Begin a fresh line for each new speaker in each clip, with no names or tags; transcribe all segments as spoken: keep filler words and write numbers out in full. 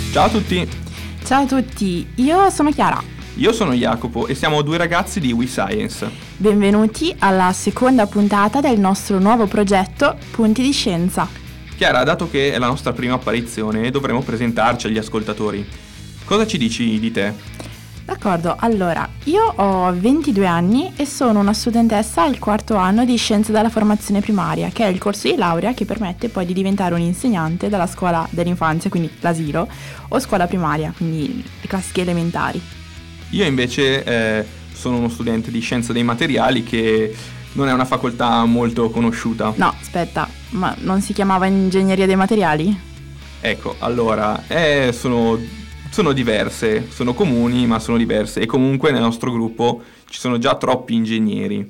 Ciao a tutti!
Ciao a tutti, io sono Chiara.
Io sono Jacopo e siamo due ragazzi di WeScience.
Benvenuti alla seconda puntata del nostro nuovo progetto Punti di Scienza.
Chiara, dato che è la nostra prima apparizione, dovremo presentarci agli ascoltatori. Cosa ci dici di te?
D'accordo, allora, io ho ventidue anni e sono una studentessa al quarto anno di Scienze della Formazione Primaria, che è il corso di laurea che permette poi di diventare un insegnante dalla scuola dell'infanzia, quindi l'asilo, o scuola primaria, quindi le classi elementari.
Io invece eh, sono uno studente di Scienze dei Materiali, che non è una facoltà molto conosciuta.
No, aspetta, ma non si chiamava Ingegneria dei Materiali?
Ecco, allora, eh, sono... Sono diverse, sono comuni ma sono diverse e comunque nel nostro gruppo ci sono già troppi ingegneri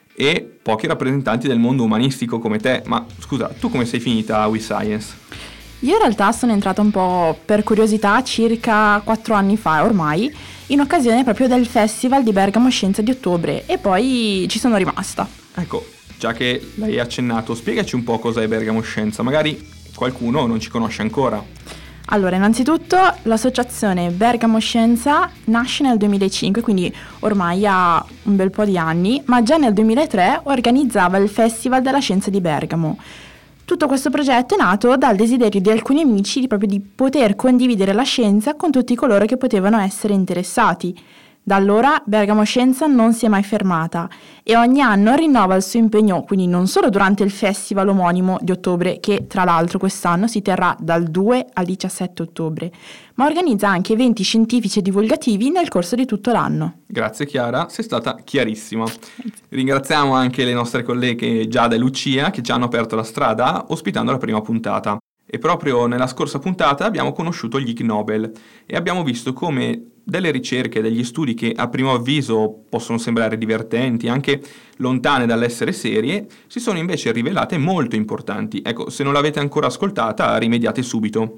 e pochi rappresentanti del mondo umanistico come te. Ma scusa, tu come sei finita a WeScience?
Io in realtà sono entrata un po' per curiosità circa quattro anni fa ormai, in occasione proprio del Festival di Bergamo Scienza di ottobre, e poi ci sono rimasta.
Ecco, già che l'hai accennato, spiegaci un po' cos'è Bergamo Scienza, magari qualcuno non ci conosce ancora.
Allora, innanzitutto l'associazione Bergamo Scienza nasce nel duemilacinque, quindi ormai ha un bel po' di anni, ma già nel duemilatré organizzava il Festival della Scienza di Bergamo. Tutto questo progetto è nato dal desiderio di alcuni amici di proprio di poter condividere la scienza con tutti coloro che potevano essere interessati. Da allora Bergamo Scienza non si è mai fermata e ogni anno rinnova il suo impegno, quindi non solo durante il festival omonimo di ottobre, che tra l'altro quest'anno si terrà dal due al diciassette ottobre, ma organizza anche eventi scientifici e divulgativi nel corso di tutto l'anno.
Grazie Chiara, sei stata chiarissima. Ringraziamo anche le nostre colleghe Giada e Lucia che ci hanno aperto la strada ospitando la prima puntata. E proprio nella scorsa puntata abbiamo conosciuto gli Ig Nobel e abbiamo visto come delle ricerche, degli studi che a primo avviso possono sembrare divertenti, anche lontane dall'essere serie, si sono invece rivelate molto importanti. Ecco, se non l'avete ancora ascoltata, rimediate subito.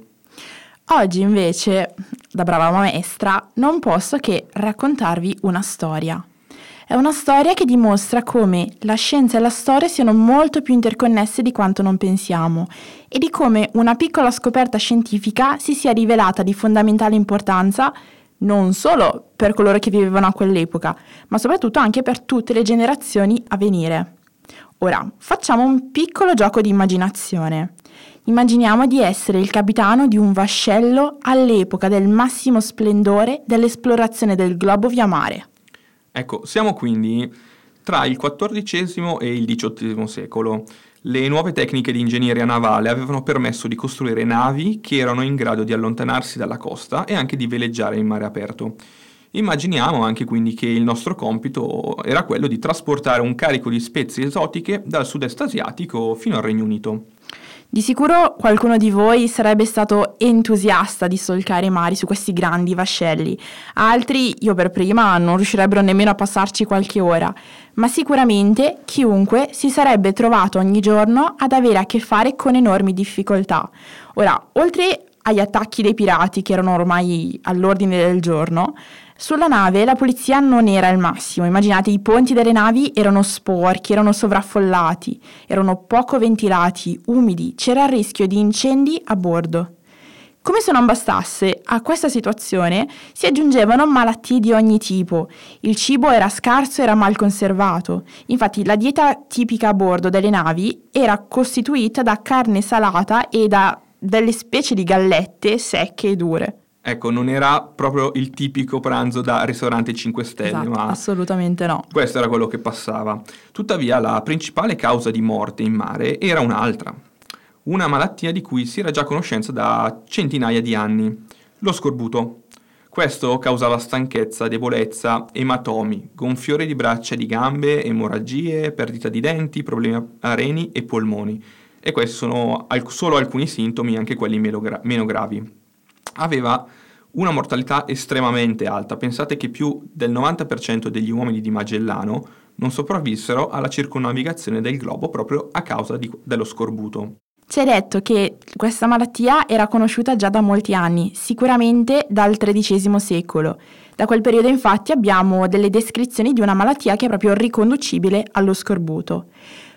Oggi invece, da brava maestra, non posso che raccontarvi una storia. È una storia che dimostra come la scienza e la storia siano molto più interconnesse di quanto non pensiamo e di come una piccola scoperta scientifica si sia rivelata di fondamentale importanza non solo per coloro che vivevano a quell'epoca, ma soprattutto anche per tutte le generazioni a venire. Ora, facciamo un piccolo gioco di immaginazione. Immaginiamo di essere il capitano di un vascello all'epoca del massimo splendore dell'esplorazione del globo via mare.
Ecco, siamo quindi tra il quattordicesimo e il diciottesimo secolo. Le nuove tecniche di ingegneria navale avevano permesso di costruire navi che erano in grado di allontanarsi dalla costa e anche di veleggiare in mare aperto. Immaginiamo anche quindi che il nostro compito era quello di trasportare un carico di spezie esotiche dal sud-est asiatico fino al Regno Unito.
Di sicuro qualcuno di voi sarebbe stato entusiasta di solcare i mari su questi grandi vascelli, altri, io per prima, non riuscirebbero nemmeno a passarci qualche ora, ma sicuramente chiunque si sarebbe trovato ogni giorno ad avere a che fare con enormi difficoltà. Ora, oltre agli attacchi dei pirati che erano ormai all'ordine del giorno, sulla nave la pulizia non era il massimo. Immaginate, i ponti delle navi erano sporchi, erano sovraffollati, erano poco ventilati, umidi, c'era il rischio di incendi a bordo. Come se non bastasse, a questa situazione si aggiungevano malattie di ogni tipo. Il cibo era scarso e era mal conservato. Infatti la dieta tipica a bordo delle navi era costituita da carne salata e da delle specie di gallette secche e dure.
Ecco, non era proprio il tipico pranzo da ristorante cinque stelle,
Esatto,
ma
assolutamente no.
questo era quello che passava. Tuttavia, la principale causa di morte in mare era un'altra. Una malattia di cui si era già a conoscenza da centinaia di anni, lo scorbuto. Questo causava stanchezza, debolezza, ematomi, gonfiore di braccia e di gambe, emorragie, perdita di denti, problemi a reni e polmoni. E questi sono al- solo alcuni sintomi, anche quelli meno, gra- meno gravi. Aveva una mortalità estremamente alta. Pensate che più del novanta per cento degli uomini di Magellano non sopravvissero alla circumnavigazione del globo proprio a causa di, dello scorbuto.
Ci è detto che questa malattia era conosciuta già da molti anni, sicuramente dal tredicesimo secolo. Da quel periodo infatti abbiamo delle descrizioni di una malattia che è proprio riconducibile allo scorbuto.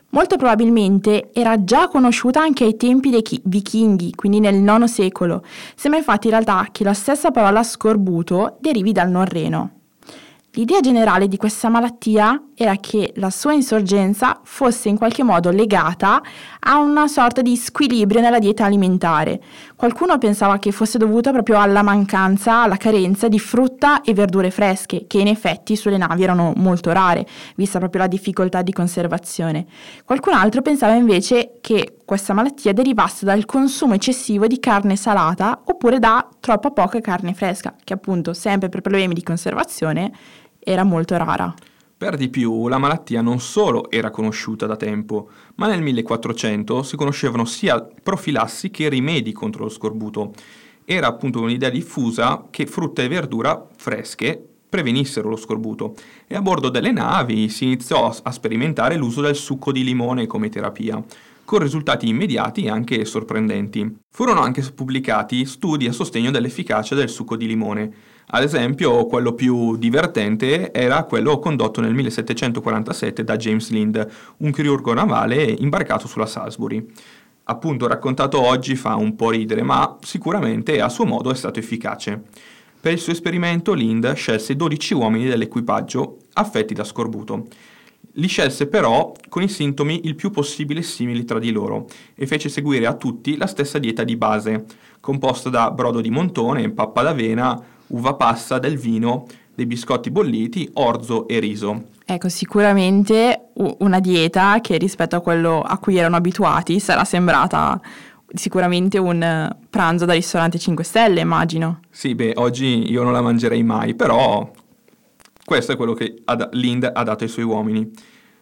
Molto probabilmente era già conosciuta anche ai tempi dei chi- vichinghi, quindi nel nono secolo. Sembra infatti in realtà che la stessa parola scorbuto derivi dal norreno. L'idea generale di questa malattia era che la sua insorgenza fosse in qualche modo legata a una sorta di squilibrio nella dieta alimentare. Qualcuno pensava che fosse dovuta proprio alla mancanza, alla carenza di frutta e verdure fresche, che in effetti sulle navi erano molto rare, vista proprio la difficoltà di conservazione. Qualcun altro pensava invece che questa malattia derivasse dal consumo eccessivo di carne salata oppure da troppa poca carne fresca, che appunto, sempre per problemi di conservazione, era molto rara.
Per di più, la malattia non solo era conosciuta da tempo, ma nel millequattrocento si conoscevano sia profilassi che rimedi contro lo scorbuto. Era appunto un'idea diffusa che frutta e verdura fresche prevenissero lo scorbuto e a bordo delle navi si iniziò a sperimentare l'uso del succo di limone come terapia, con risultati immediati e anche sorprendenti. Furono anche pubblicati studi a sostegno dell'efficacia del succo di limone. Ad esempio, quello più divertente era quello condotto nel millesettecentoquarantasette da James Lind, un chirurgo navale imbarcato sulla Salisbury. Appunto, raccontato oggi fa un po' ridere, ma sicuramente a suo modo è stato efficace. Per il suo esperimento Lind scelse dodici uomini dell'equipaggio affetti da scorbuto. Li scelse però con i sintomi il più possibile simili tra di loro e fece seguire a tutti la stessa dieta di base, composta da brodo di montone, pappa d'avena, uva passa, del vino, dei biscotti bolliti, orzo e riso.
Ecco, sicuramente una dieta che rispetto a quello a cui erano abituati sarà sembrata sicuramente un pranzo da ristorante cinque stelle, immagino.
Sì, beh, oggi io non la mangerei mai, però questo è quello che Lind ha dato ai suoi uomini.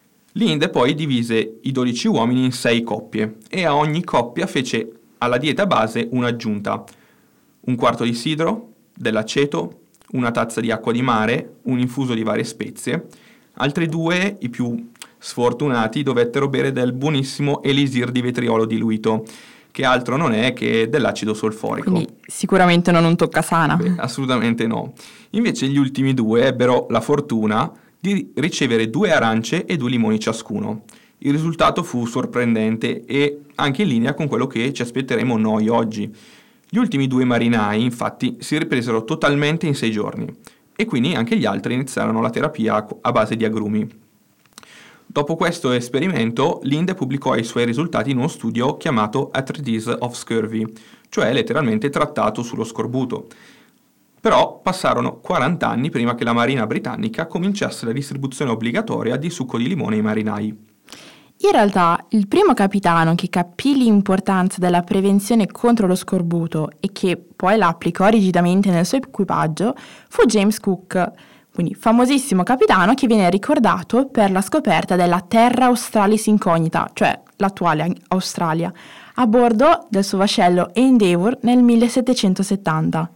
Lind poi divise i dodici uomini in sei coppie e a ogni coppia fece alla dieta base un'aggiunta: un quarto di sidro, dell'aceto, una tazza di acqua di mare, un infuso di varie spezie. Altri due, i più sfortunati, dovettero bere del buonissimo elisir di vetriolo diluito, che altro non è che dell'acido solforico.
Quindi sicuramente non un toccasana.
Beh, assolutamente no. Invece gli ultimi due ebbero la fortuna di ricevere due arance e due limoni ciascuno. Il risultato fu sorprendente e anche in linea con quello che ci aspetteremo noi oggi. Gli ultimi due marinai, infatti, si ripresero totalmente in sei giorni e quindi anche gli altri iniziarono la terapia a base di agrumi. Dopo questo esperimento, Lind pubblicò i suoi risultati in uno studio chiamato A Treatise of Scurvy, cioè letteralmente trattato sullo scorbuto. Però passarono quaranta anni prima che la Marina britannica cominciasse la distribuzione obbligatoria di succo di limone ai marinai.
In realtà, il primo capitano che capì l'importanza della prevenzione contro lo scorbuto e che poi la applicò rigidamente nel suo equipaggio fu James Cook, quindi famosissimo capitano che viene ricordato per la scoperta della Terra Australis Incognita, cioè l'attuale Australia, a bordo del suo vascello Endeavour nel millesettecentosettanta.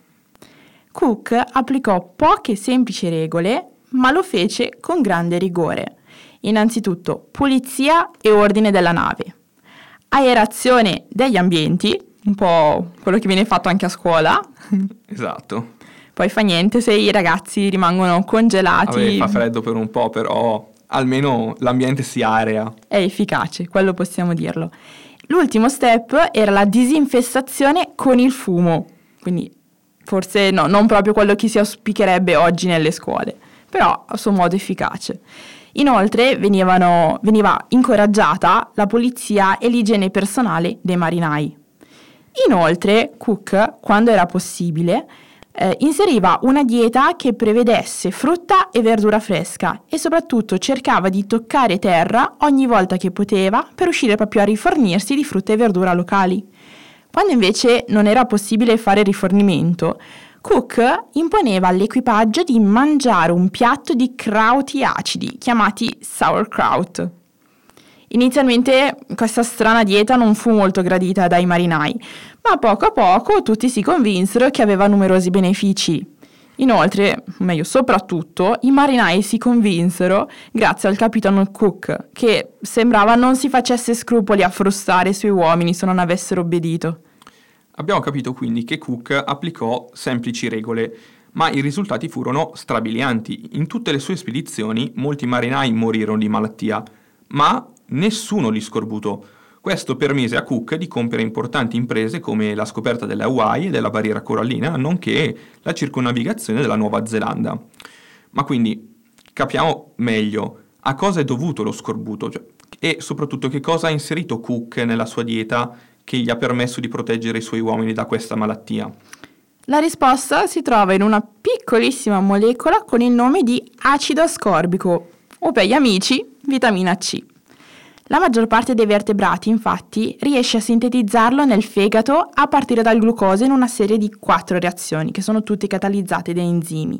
Cook applicò poche semplici regole, ma lo fece con grande rigore. Innanzitutto pulizia e ordine della nave, aerazione degli ambienti, un po' quello che viene fatto anche a scuola.
Esatto.
Poi fa niente se i ragazzi rimangono congelati.
Vabbè, fa freddo per un po', però almeno l'ambiente si area.
È efficace, quello possiamo dirlo. L'ultimo step era la disinfestazione con il fumo, quindi forse no, non proprio quello che si auspicherebbe oggi nelle scuole, però a suo modo efficace. Inoltre venivano, veniva incoraggiata la pulizia e l'igiene personale dei marinai. Inoltre Cook, quando era possibile, eh, inseriva una dieta che prevedesse frutta e verdura fresca e soprattutto cercava di toccare terra ogni volta che poteva per riuscire proprio a rifornirsi di frutta e verdura locali. Quando invece non era possibile fare rifornimento, Cook imponeva all'equipaggio di mangiare un piatto di crauti acidi, chiamati sauerkraut. Inizialmente questa strana dieta non fu molto gradita dai marinai, ma poco a poco tutti si convinsero che aveva numerosi benefici. Inoltre, meglio soprattutto, i marinai si convinsero grazie al capitano Cook, che sembrava non si facesse scrupoli a frustare i suoi uomini se non avessero obbedito.
Abbiamo capito quindi che Cook applicò semplici regole, ma i risultati furono strabilianti. In tutte le sue spedizioni molti marinai morirono di malattia, ma nessuno li scorbutò. Questo permise a Cook di compiere importanti imprese come la scoperta delle Hawaii e della barriera corallina, nonché la circumnavigazione della Nuova Zelanda. Ma quindi capiamo meglio a cosa è dovuto lo scorbuto, cioè, e soprattutto che cosa ha inserito Cook nella sua dieta che gli ha permesso di proteggere i suoi uomini da questa malattia.
La risposta si trova in una piccolissima molecola con il nome di acido ascorbico, o per gli amici vitamina C. La maggior parte dei vertebrati, infatti, riesce a sintetizzarlo nel fegato a partire dal glucosio in una serie di quattro reazioni, che sono tutte catalizzate da enzimi.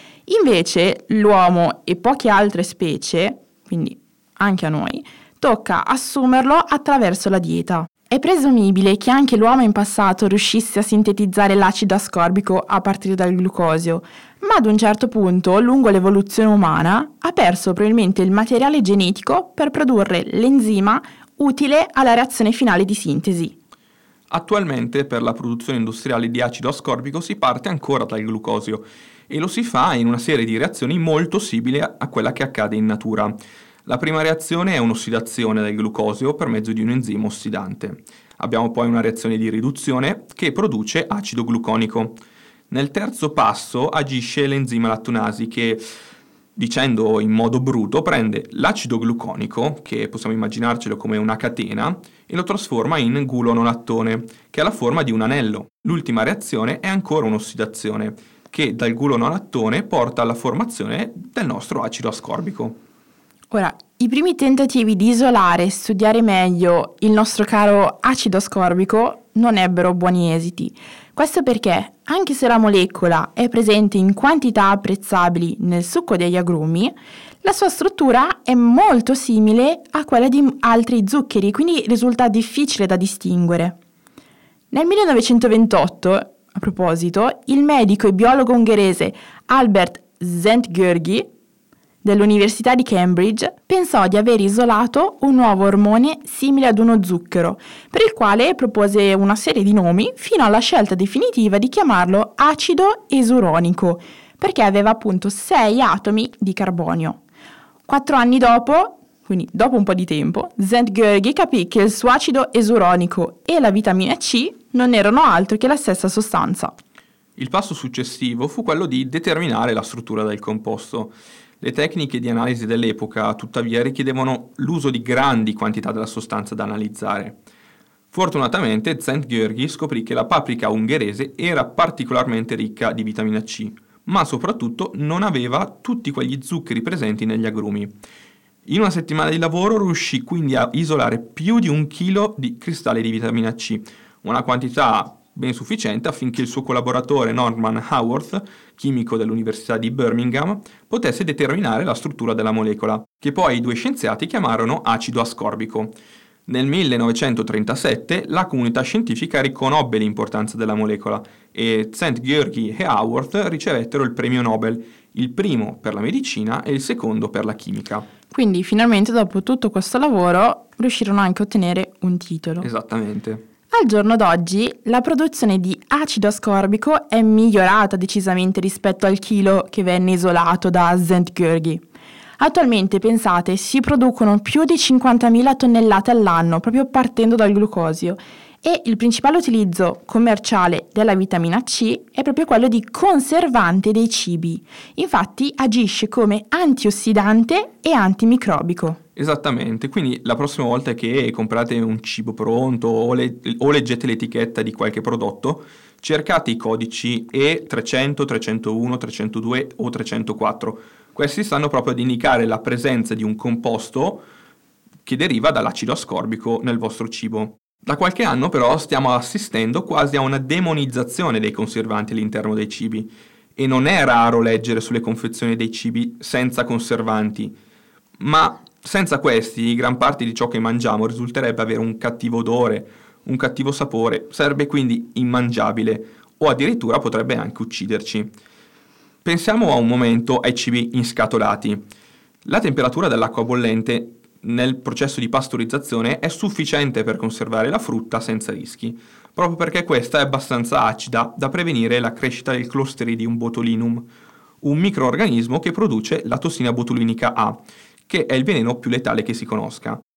Invece l'uomo e poche altre specie, quindi anche a noi, tocca assumerlo attraverso la dieta. È presumibile che anche l'uomo in passato riuscisse a sintetizzare l'acido ascorbico a partire dal glucosio, ma ad un certo punto, lungo l'evoluzione umana, ha perso probabilmente il materiale genetico per produrre l'enzima utile alla reazione finale di sintesi.
Attualmente per la produzione industriale di acido ascorbico si parte ancora dal glucosio e lo si fa in una serie di reazioni molto simili a quella che accade in natura. La prima reazione è un'ossidazione del glucosio per mezzo di un enzima ossidante. Abbiamo poi una reazione di riduzione che produce acido gluconico. Nel terzo passo agisce l'enzima lattonasi che, dicendo in modo bruto, prende l'acido gluconico, che possiamo immaginarcelo come una catena, e lo trasforma in gulonolattone, che ha la forma di un anello. L'ultima reazione è ancora un'ossidazione, che dal gulonolattone porta alla formazione del nostro acido ascorbico.
Ora, i primi tentativi di isolare e studiare meglio il nostro caro acido ascorbico non ebbero buoni esiti. Questo perché, anche se la molecola è presente in quantità apprezzabili nel succo degli agrumi, la sua struttura è molto simile a quella di altri zuccheri, quindi risulta difficile da distinguere. Nel millenovecentoventotto, a proposito, il medico e biologo ungherese Albert Szent-Györgyi dell'Università di Cambridge pensò di aver isolato un nuovo ormone simile ad uno zucchero, per il quale propose una serie di nomi fino alla scelta definitiva di chiamarlo acido esuronico, perché aveva appunto sei atomi di carbonio. Quattro anni dopo, quindi dopo un po' di tempo, Szent-Györgyi capì che il suo acido esuronico e la vitamina C non erano altro che la stessa sostanza.
Il passo successivo fu quello di determinare la struttura del composto. Le tecniche di analisi dell'epoca, tuttavia, richiedevano l'uso di grandi quantità della sostanza da analizzare. Fortunatamente, Szent-Györgyi scoprì che la paprika ungherese era particolarmente ricca di vitamina C, ma soprattutto non aveva tutti quegli zuccheri presenti negli agrumi. In una settimana di lavoro riuscì quindi a isolare più di un chilo di cristalli di vitamina C, una quantità ben sufficiente affinché il suo collaboratore Norman Haworth, chimico dell'Università di Birmingham, potesse determinare la struttura della molecola, che poi i due scienziati chiamarono acido ascorbico. Nel millenovecentotrentasette la comunità scientifica riconobbe l'importanza della molecola e Szent-Györgyi e Haworth ricevettero il premio Nobel, il primo per la medicina e il secondo per la chimica.
Quindi finalmente dopo tutto questo lavoro riuscirono anche a ottenere un titolo.
Esattamente.
Al giorno d'oggi la produzione di acido ascorbico è migliorata decisamente rispetto al chilo che venne isolato da Szent-Györgyi. Attualmente, pensate, si producono più di cinquantamila tonnellate all'anno, proprio partendo dal glucosio, e il principale utilizzo commerciale della vitamina C è proprio quello di conservante dei cibi. Infatti agisce come antiossidante e antimicrobico.
Esattamente, quindi la prossima volta che comprate un cibo pronto o, le, o leggete l'etichetta di qualche prodotto, cercate i codici E trecento, trecentouno, trecentodue o trecentoquattro. Questi stanno proprio ad indicare la presenza di un composto che deriva dall'acido ascorbico nel vostro cibo. Da qualche anno però stiamo assistendo quasi a una demonizzazione dei conservanti all'interno dei cibi e non è raro leggere sulle confezioni dei cibi senza conservanti, ma senza questi gran parte di ciò che mangiamo risulterebbe avere un cattivo odore, un cattivo sapore, sarebbe quindi immangiabile o addirittura potrebbe anche ucciderci. Pensiamo a un momento ai cibi inscatolati. La temperatura dell'acqua bollente nel processo di pastorizzazione è sufficiente per conservare la frutta senza rischi, proprio perché questa è abbastanza acida da prevenire la crescita del Clostridium botulinum, un microorganismo che produce la tossina botulinica A, che è il veleno più letale che si conosca.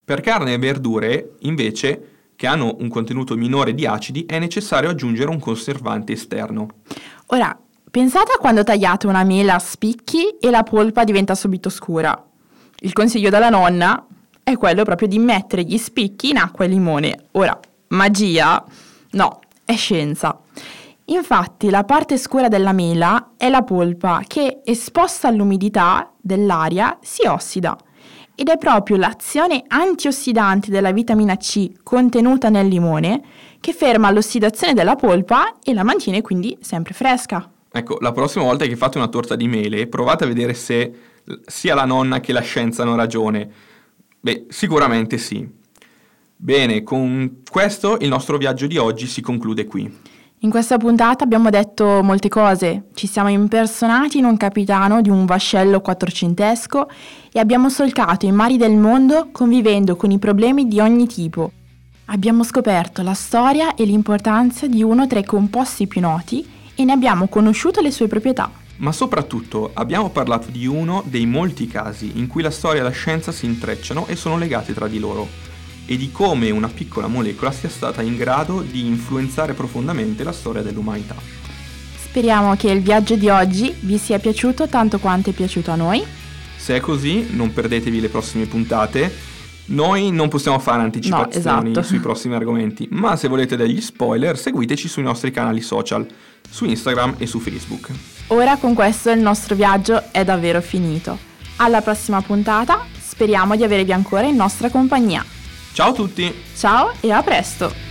Per carne e verdure, invece, che hanno un contenuto minore di acidi, è necessario aggiungere un conservante esterno.
Ora, pensate a quando tagliate una mela a spicchi e la polpa diventa subito scura. Il consiglio della nonna è quello proprio di mettere gli spicchi in acqua e limone. Ora, magia? No, è scienza. Infatti, la parte scura della mela è la polpa che, esposta all'umidità dell'aria, si ossida. Ed è proprio l'azione antiossidante della vitamina C contenuta nel limone che ferma l'ossidazione della polpa e la mantiene quindi sempre fresca.
Ecco, la prossima volta che fate una torta di mele, provate a vedere se sia la nonna che la scienza hanno ragione. Beh, sicuramente sì. Bene, con questo il nostro viaggio di oggi si conclude qui.
In questa puntata abbiamo detto molte cose, ci siamo impersonati in un capitano di un vascello quattrocentesco e abbiamo solcato i mari del mondo convivendo con i problemi di ogni tipo. Abbiamo scoperto la storia e l'importanza di uno tra i composti più noti e ne abbiamo conosciuto le sue proprietà.
Ma soprattutto abbiamo parlato di uno dei molti casi in cui la storia e la scienza si intrecciano e sono legate tra di loro, e di come una piccola molecola sia stata in grado di influenzare profondamente la storia dell'umanità.
Speriamo che il viaggio di oggi vi sia piaciuto tanto quanto è piaciuto a noi.
Se è così, non perdetevi le prossime puntate. Noi non possiamo fare anticipazioni
no, esatto.
sui prossimi argomenti, ma se volete degli spoiler, seguiteci sui nostri canali social, su Instagram e su Facebook.
Ora con questo il nostro viaggio è davvero finito. Alla prossima puntata, speriamo di avervi ancora in nostra compagnia.
Ciao a tutti!
Ciao e a presto!